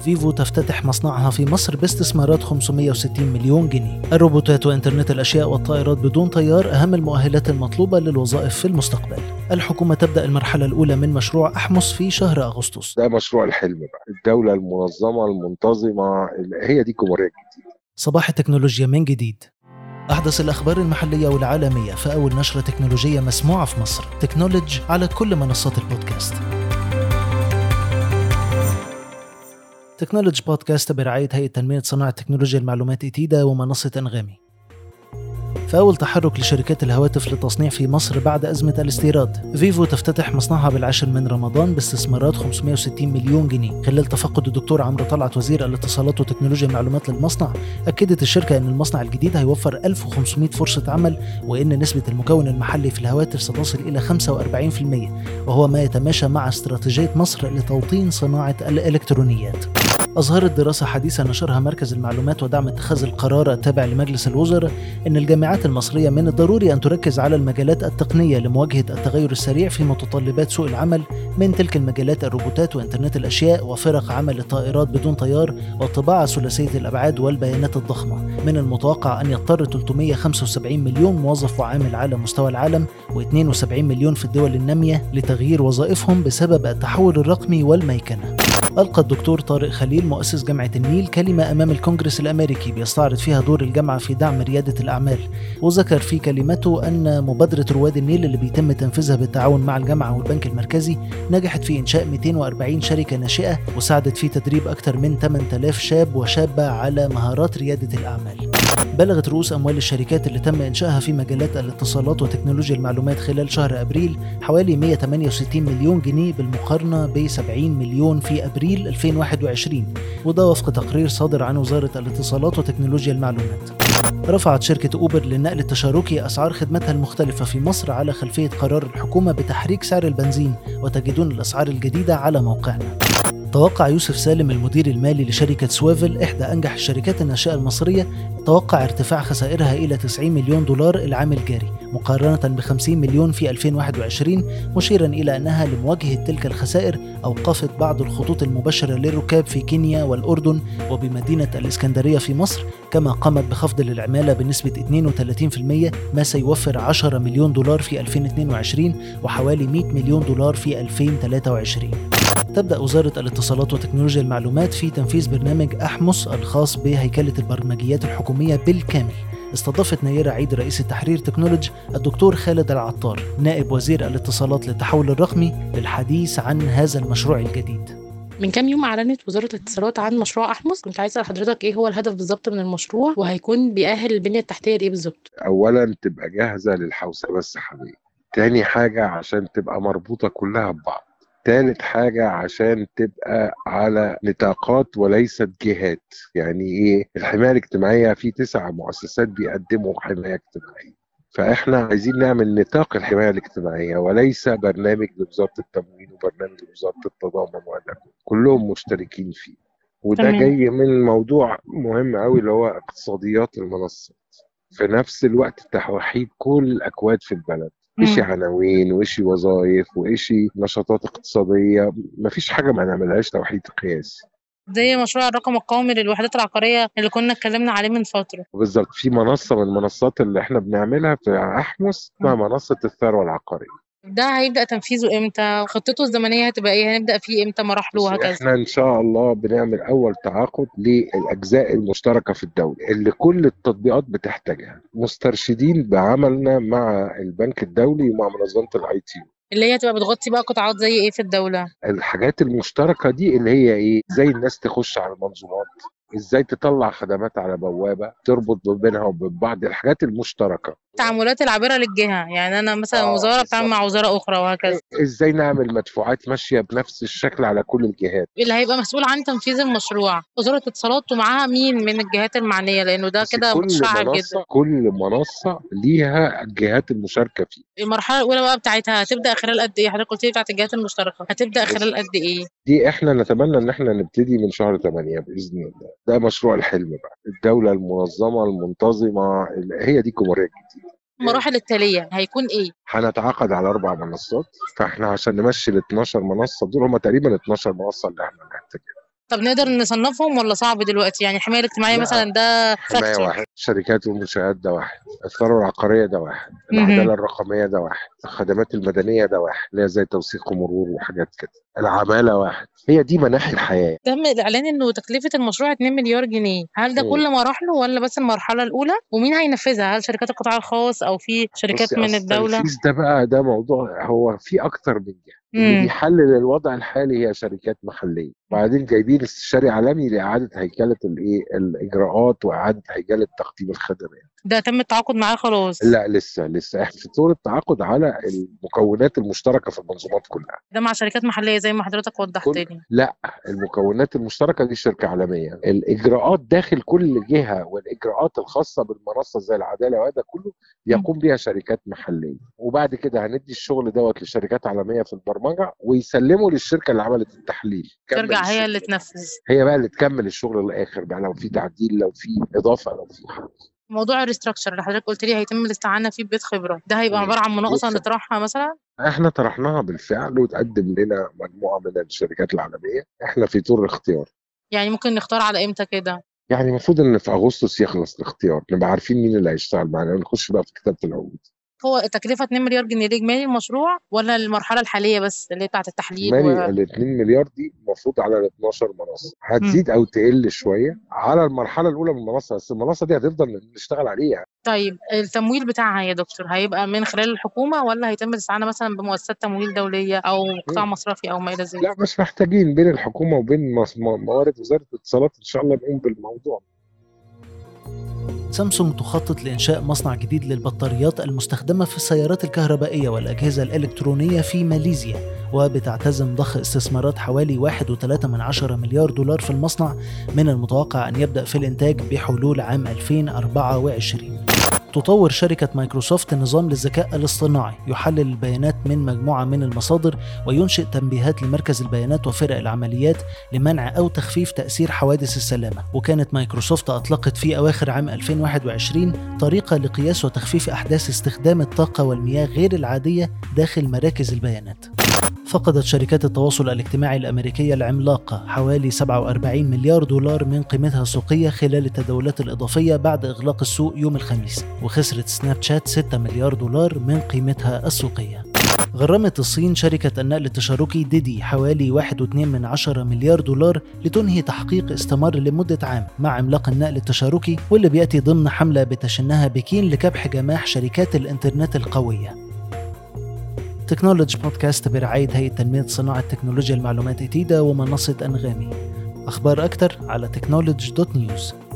فيفو تفتتح مصنعها في مصر باستثمارات 560 مليون جنيه. الروبوتات وإنترنت الأشياء والطائرات بدون طيار أهم المؤهلات المطلوبة للوظائف في المستقبل. الحكومة تبدأ المرحلة الأولى من مشروع أحمس في شهر أغسطس. ده مشروع الحلم بقى، الدولة المنظمة المنتظمة، هي دي الجمهورية الجديدة. صباح التكنولوجيا من جديد. أحدث الأخبار المحلية والعالمية في أول نشرة تكنولوجية مسموعة في مصر. تكنولوجي على كل منصات البودكاست. تكنولوجي بودكاست برعاية هيئة تنمية صناعة تكنولوجيا المعلومات إتيدا ومنصة أنغامي. فأول تحرك لشركات الهواتف للتصنيع في مصر بعد أزمة الاستيراد. فيفو تفتتح مصنعها بالعاشر من رمضان باستثمارات 560 مليون جنيه. خلال تفقد الدكتور عمرو طلعت وزير الاتصالات وتكنولوجيا المعلومات للمصنع، أكدت الشركة أن المصنع الجديد هيوفر 1500 فرصة عمل، وأن نسبة المكون المحلي في الهواتف ستصل إلى 45%، وهو ما يتماشى مع استراتيجية مصر لتوطين صناعة الإلكترونيات. أظهرت دراسة حديثة نشرها مركز المعلومات ودعم اتخاذ القرار التابع لمجلس الوزراء أن الجامعات المصرية من الضروري أن تركز على المجالات التقنية لمواجهة التغير السريع في متطلبات سوق العمل، من تلك المجالات الروبوتات وإنترنت الأشياء وفرق عمل الطائرات بدون طيار والطباعة ثلاثية الأبعاد والبيانات الضخمة. من المتوقع أن يضطر 375 مليون موظف وعامل على مستوى العالم و72 مليون في الدول النامية لتغيير وظائفهم بسبب التحول الرقمي والميكنة. ألقى الدكتور طارق خليل مؤسس جامعة النيل كلمة أمام الكونجرس الأمريكي بيستعرض فيها دور الجامعة في دعم ريادة الأعمال، وذكر في كلمته أن مبادرة رواد النيل اللي بيتم تنفيذها بالتعاون مع الجامعة والبنك المركزي نجحت في إنشاء 240 شركة ناشئة، وساعدت في تدريب أكثر من 8000 شاب وشابة على مهارات ريادة الأعمال. بلغت رؤوس أموال الشركات اللي تم إنشائها في مجالات الاتصالات وتكنولوجيا المعلومات خلال شهر أبريل حوالي 168 مليون جنيه بالمقارنة ب 70 مليون في أبريل 2021، وده وفق تقرير صادر عن وزارة الاتصالات وتكنولوجيا المعلومات. رفعت شركة أوبر للنقل التشاركي أسعار خدمتها المختلفة في مصر على خلفية قرار الحكومة بتحريك سعر البنزين، وتجدون الأسعار الجديدة على موقعنا. توقع يوسف سالم المدير المالي لشركة سويفل إحدى أنجح الشركات الناشئة المصرية توقع ارتفاع خسائرها إلى 90 مليون دولار العام الجاري مقارنة ب50 مليون في 2021، مشيرا إلى أنها لمواجهة تلك الخسائر أوقفت بعض الخطوط المباشرة للركاب في كينيا والأردن وبمدينة الإسكندرية في مصر، كما قامت بخفض العمالة بنسبة 32%، ما سيوفر 10 مليون دولار في 2022 وحوالي 100 مليون دولار في 2023. تبدأ وزارة الاتصالات وتكنولوجيا المعلومات في تنفيذ برنامج أحمس الخاص بهيكلة البرمجيات الحكومية بالكامل. استضافت نيرة عيد رئيس التحرير تكنولوجي الدكتور خالد العطار نائب وزير الاتصالات للتحول الرقمي للحديث عن هذا المشروع الجديد. من كام يوم أعلنت وزارة الاتصالات عن مشروع أحمس. كنت عايزة أسأل حضرتك إيه هو الهدف بالظبط من المشروع، وهيكون بيأهل البنية التحتية لإيه بالظبط؟ أولا تبقى جاهزة للحوسبة السحابية، تاني حاجة عشان تبقى مربوطة كلها ببعض، تالت حاجة عشان تبقى على نطاقات وليست جهات. يعني ايه الحماية الاجتماعية؟ في 9 مؤسسات بيقدموا حماية اجتماعية، فاحنا عايزين نعمل نطاق الحماية الاجتماعية وليس برنامج لوزارة التموين وبرنامج لوزارة التضامن، ولا كلهم مشتركين فيه. وده جاي من موضوع مهم قوي اللي هو اقتصاديات المنصة، في نفس الوقت توحيد كل الأكواد في البلد، إشي عناوين وإشي وظائف وإشي نشاطات اقتصادية، مفيش حاجة ما نعملهاش توحيد قياسي. زي مشروع الرقم القومي للوحدات العقارية اللي كنا اتكلمنا عليه من فترة. بالظبط، في منصة من المنصات اللي احنا بنعملها في أحمس اسمها منصة الثروة العقارية. ده هيبدأ تنفيذه امتى؟ خطته الزمنية هتبقى ايه؟ هنبدأ فيه امتى مراحله وهكذا؟ احنا ان شاء الله بنعمل اول تعاقد للاجزاء المشتركة في الدولة اللي كل التطبيقات بتحتاجها، مسترشدين بعملنا مع البنك الدولي ومع منظمة الاي تي، اللي هي تبقى بتغطي بقى قطاعات زي ايه في الدولة؟ الحاجات المشتركة دي اللي هي ايه، زي الناس تخش على المنظومات، ازاي تطلع خدمات على بوابة تربط بينها وبين بعض، الحاجات المشتركة. التعاملات العابرة للجهة، يعني انا مثلا وزارة بتعامل مع وزارة اخرى وهكذا. ازاي نعمل مدفوعات ماشية بنفس الشكل على كل الجهات. اللي هيبقى مسؤول عن تنفيذ المشروع وزارة الاتصالات ومعاها مين من الجهات المعنية؟ لانه ده كده متشعب جدا. كل منصة ليها الجهات المشاركة فيه. المرحلة الأولى بقى بتاعتها هتبدأ خلال قد ايه؟ حضرتك قلت لي بتاعت الجهات المشتركة هتبدأ خلال قد ايه؟ دي احنا نتمنى ان احنا نبتدي من شهر 8 بإذن الله. ده مشروع الحلم بقى، الدولة المنظمة المنتظمة، هي دي الجمهورية الجديدة. المراحل التالية هيكون ايه؟ هنتعاقد على 4 منصات، فاحنا عشان نمشي ال 12 منصة دول، هم تقريبا 12 منصة اللي احنا محتاجينها. طب نقدر نصنفهم ولا صعب دلوقتي؟ يعني الحماية الاجتماعية مثلا ده حماية فاكتور. واحد، الشركات والمنشآت ده واحد، الثروة العقارية ده واحد، العدالة الرقمية ده واحد، الخدمات المدنية ده واحد اللي هي زي توثيق ومرور وحاجات كده، العمالة واحد. هي دي مناحي الحياة. تم الإعلان إنه تكلفة المشروع 2 مليار جنيه، هل ده كل مراحله ولا بس المرحلة الأولى؟ ومين هينفذها؟ هل شركات القطاع الخاص أو في شركات بصي، من الدولة؟ التنفيذ ده بقى ده موضوع، هو في أكتر من جهة. اللي بيحلل الوضع الحالي هي شركات محلية، وبعدين جايبين استشاري عالمي لإعادة هيكلة الإجراءات وإعادة هيكلة تقديم الخدمات. ده تم التعاقد معاه خلاص؟ لا، لسه احنا في طور التعاقد على المكونات المشتركة في المنظومات كلها. ده مع شركات محلية زي ما حضرتك وضحت لي؟ لا، المكونات المشتركة دي شركة عالمية. الإجراءات داخل كل جهة والإجراءات الخاصة بالمنصة زي العدالة وهذا كله يقوم بها شركات محلية، وبعد كده هندي الشغل دوت لشركات عالمية في البرمجة ويسلموا للشركة اللي عملت التحليل، ترجع هي اللي تنفذ، هي بقى اللي تكمل الشغل للآخر بقى، لو في تعديل، لو في إضافة، لو في حاجة. موضوع الريستراكشر اللي حضرتك قلت لي هيتم الاستعانة فيه ببيت خبرة، ده هيبقى عبارة عن مناقصة نطرحها مثلا؟ احنا طرحناها بالفعل وتقدم لنا مجموعة من الشركات العالمية، احنا في طور اختيار. يعني ممكن نختار على امتى كده؟ يعني المفروض ان في اغسطس يخلص الاختيار، نبقى عارفين مين اللي هيشتغل معانا ونخش بقى في كتابة العقود. هو التكلفة 2 مليار جنيه لإجمالي المشروع ولا المرحلة الحالية بس اللي هي بتاعة التحليل؟ ال 2 مليار دي المفروض على ال 12 منصة، هتزيد او تقل شوية على المرحلة الأولى من المنصة، بس المنصة دي هتفضل نشتغل عليها. طيب التمويل بتاعها يا دكتور هيبقى من خلال الحكومة ولا هيتم الاستعانة مثلا بمؤسسات تمويل دولية أو قطاع مصرفي أو ما إلى ذلك؟ لا، مش محتاجين، بين الحكومة وبين موارد وزارة الاتصالات إن شاء الله نقوم بالموضوع. سامسونج تخطط لإنشاء مصنع جديد للبطاريات المستخدمة في السيارات الكهربائية والأجهزة الإلكترونية في ماليزيا، وبتعتزم ضخ استثمارات حوالي 1.3 مليار دولار في المصنع، من المتوقع أن يبدأ في الإنتاج بحلول عام 2024. تطور شركة مايكروسوفت نظام للذكاء الاصطناعي يحلل البيانات من مجموعة من المصادر وينشئ تنبيهات لمركز البيانات وفرق العمليات لمنع أو تخفيف تأثير حوادث السلامة. وكانت مايكروسوفت أطلقت في أواخر عام 2021 طريقة لقياس وتخفيف أحداث استخدام الطاقة والمياه غير العادية داخل مراكز البيانات. فقدت شركات التواصل الاجتماعي الأمريكية العملاقة حوالي 47 مليار دولار من قيمتها السوقية خلال التداولات الإضافية بعد إغلاق السوق يوم الخميس، وخسرت سناب شات 6 مليار دولار من قيمتها السوقية. غرمت الصين شركة النقل التشاركي ديدي حوالي 1.2 مليار دولار لتنهي تحقيق استمر لمدة عام مع عملاق النقل التشاركي، واللي بيأتي ضمن حملة بتشنها بكين لكبح جماح شركات الإنترنت القوية. تكنولوجي بودكاست برعاية هيئة تنمية صناعة تكنولوجيا المعلومات إتيدا ومنصة أنغامي. أخبار أكتر على technology.news.